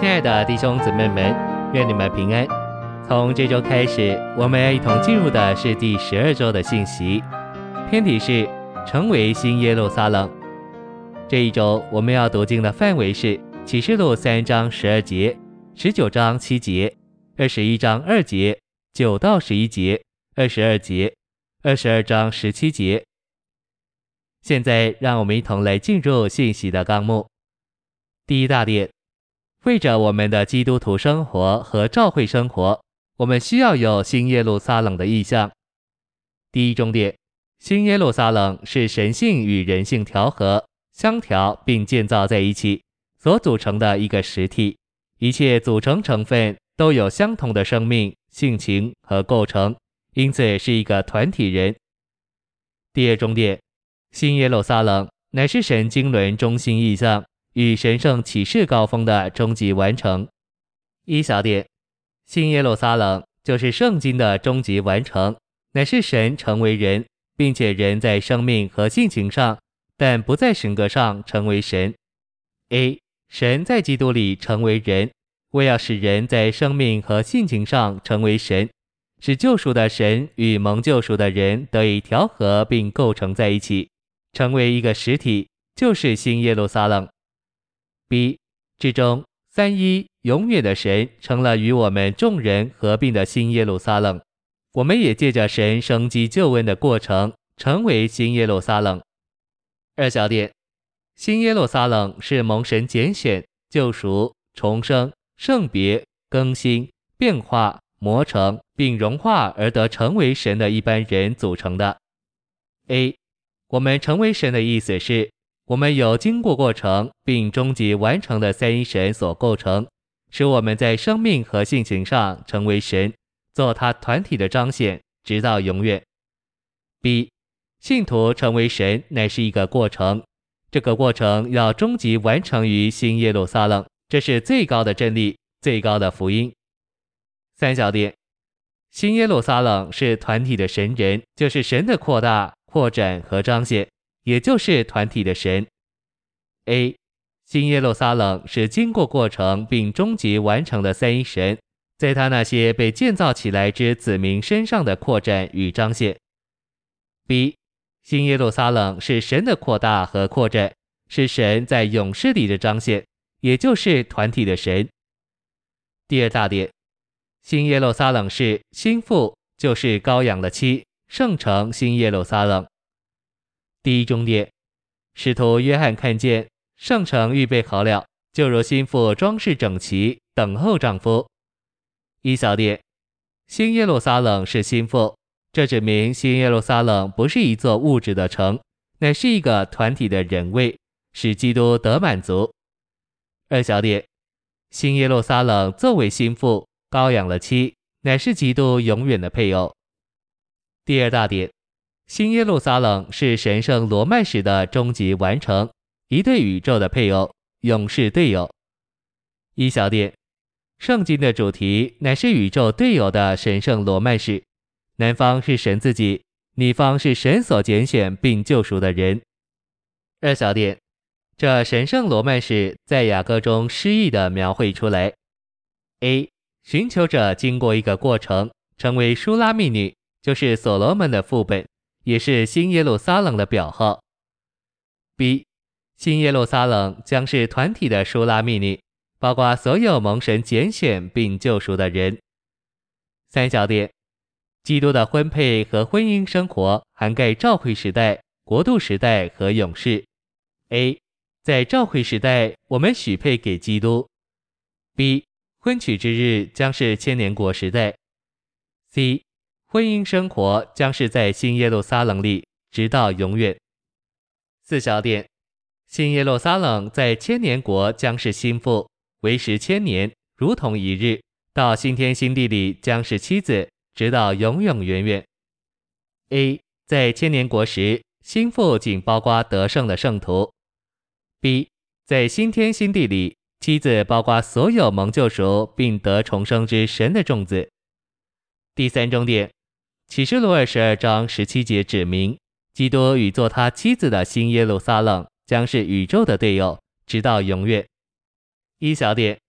亲爱的弟兄姊妹们，愿你们平安。从这周开始，我们要一同进入的是第12周的信息，篇题是成为新耶路撒冷。这一周我们要读经的范围是启示录3章12节、19章7节、21章2节、9到11节、22节、22章17节。现在让我们一同来进入信息的纲目。第一大点，为着我们的基督徒生活和教会生活，我们需要有新耶路撒冷的意象。第一重点，新耶路撒冷是神性与人性调和、相调并建造在一起所组成的一个实体，一切组成成分都有相同的生命、性情和构成，因此是一个团体人。第二重点，新耶路撒冷乃是神经纶中心意象与神圣启示高峰的终极完成。一小点，新耶路撒冷就是圣经的终极完成，乃是神成为人，并且人在生命和性情上，但不在神格上成为神。A. 神在基督里成为人，为要使人在生命和性情上成为神，使救赎的神与蒙救赎的人得以调和并构成在一起，成为一个实体，就是新耶路撒冷。B. 至终三一永远的神成了与我们众人合并的新耶路撒冷，我们也借着神生机救恩的过程成为新耶路撒冷。二小点，新耶路撒冷是蒙神拣选、救赎、重生、圣别、更新、变化、磨成并融化而得成为神的一般人组成的。A. 我们成为神的意思是，我们有经过过程并终极完成的三一神所构成，使我们在生命和性情上成为神，做他团体的彰显，直到永远。B. 信徒成为神乃是一个过程，这个过程要终极完成于新耶路撒冷，这是最高的真理，最高的福音。三小点，新耶路撒冷是团体的神人，就是神的扩大、扩展和彰显，也就是团体的神。A. 新耶路撒冷是经过过程并终极完成的三一神，在他那些被建造起来之子民身上的扩展与彰显。B. 新耶路撒冷是神的扩大和扩展，是神在勇士里的彰显，也就是团体的神。第二大点，新耶路撒冷是新妇，就是羔羊的妻，圣城新耶路撒冷。第一重点，使徒约翰看见圣城预备好了，就如新妇装饰整齐，等候丈夫。一小点，新耶路撒冷是新妇，这指明新耶路撒冷不是一座物质的城，乃是一个团体的人位，使基督得满足。二小点，新耶路撒冷作为新妇，羔羊的妻，乃是基督永远的配偶。第二大点，新耶路撒冷是神圣罗曼史的终极完成，一对宇宙的配偶，永世队友。一小点，圣经的主题乃是宇宙队友的神圣罗曼史，南方是神自己，女方是神所拣选并救赎的人。二小点，这神圣罗曼史在雅歌中诗意地描绘出来。A. 寻求者经过一个过程，成为舒拉密女，就是所罗门的副本，也是新耶路撒冷的表号。B. 新耶路撒冷将是团体的舒拉密女，包括所有蒙神拣选并救赎的人。三小点，基督的婚配和婚姻生活涵盖召会时代、国度时代和永世。A. 在召会时代，我们许配给基督。B. 婚娶之日将是千年国时代。C. 婚姻生活将是在新耶路撒冷里，直到永远。四小点，新耶路撒冷在千年国将是心腹，为时1000年，如同一日，到新天新地里将是妻子，直到永永远远。A. 在千年国时，心腹仅包括得胜的圣徒。B. 在新天新地里，妻子包括所有蒙救赎并得重生之神的种子。第三重点，启示录22章17节指明，基督与做他妻子的新耶路撒冷将是宇宙的队友，直到永远。一小点，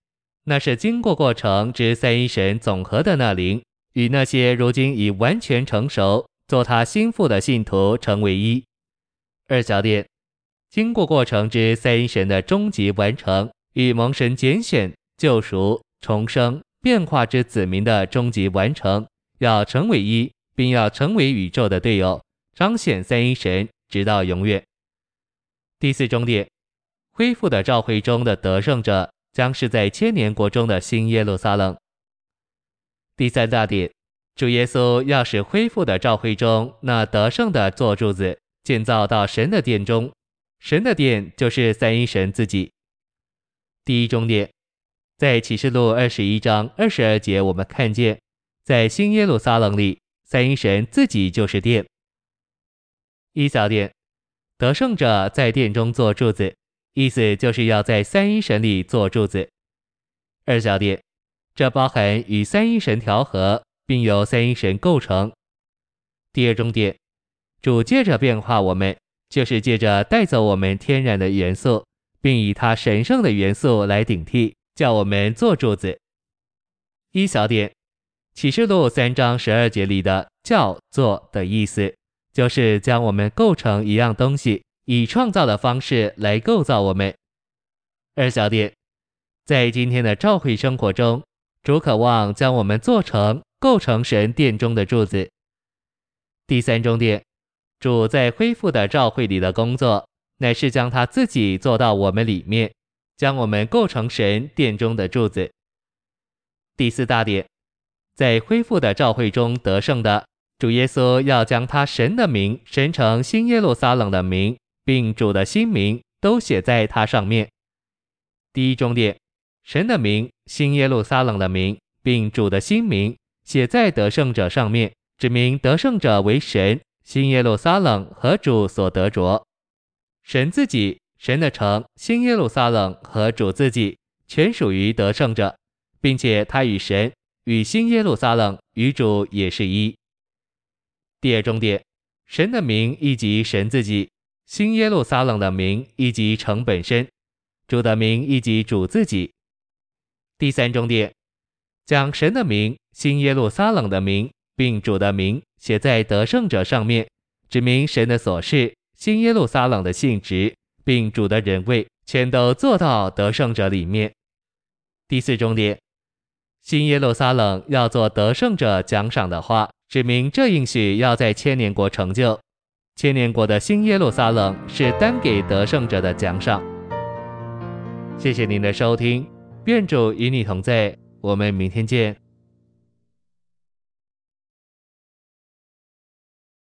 那是经过程之三一神总和的那灵，与那些如今已完全成熟，做他心腹的信徒成为一。二小点，经过程之三一神的终极完成，与蒙神拣选、救赎、重生、变化之子民的终极完成，要成为一，并要成为宇宙的队友，彰显三一神直到永远。第四终点，恢复的召会中的得胜者将是在千年国中的新耶路撒冷。第三大点，主耶稣要使恢复的召会中那得胜的做柱子建造到神的殿中，神的殿就是三一神自己。第一终点，在启示录21章22节我们看见，在新耶路撒冷里，三一神自己就是殿。一小点，得胜者在殿中做柱子，意思就是要在三一神里做柱子。二小点，这包含与三一神调和，并由三一神构成。第二终点，主借着变化我们，就是借着带走我们天然的元素，并以他神圣的元素来顶替，叫我们做柱子。一小点，启示录3章12节里的叫做的意思，就是将我们构成一样东西，以创造的方式来构造我们。二小点，在今天的召会生活中，主渴望将我们构成神殿中的柱子。第三终点，主在恢复的召会里的工作，乃是将他自己做到我们里面，将我们构成神殿中的柱子。第四大点，在恢复的召会中得胜的主耶稣要将他神的名神成新耶路撒冷的名，并主的新名都写在它上面。第一终点，神的名、新耶路撒冷的名，并主的新名写在得胜者上面，指明得胜者为神、新耶路撒冷和主所得着。神自己、神的城、新耶路撒冷和主自己全属于得胜者，并且他与神、与新耶路撒冷、与主也是一。第二终点，神的名以及神自己，新耶路撒冷的名以及城本身，主的名以及主自己。第三终点，将神的名、新耶路撒冷的名并主的名写在得胜者上面，指明神的所事、新耶路撒冷的性质并主的人位全都做到得胜者里面。第四终点，新耶路撒冷要做得胜者奖赏的话，指明这应许要在千年国成就。千年国的新耶路撒冷是单给得胜者的奖赏。谢谢您的收听，愿主与你同在，我们明天见。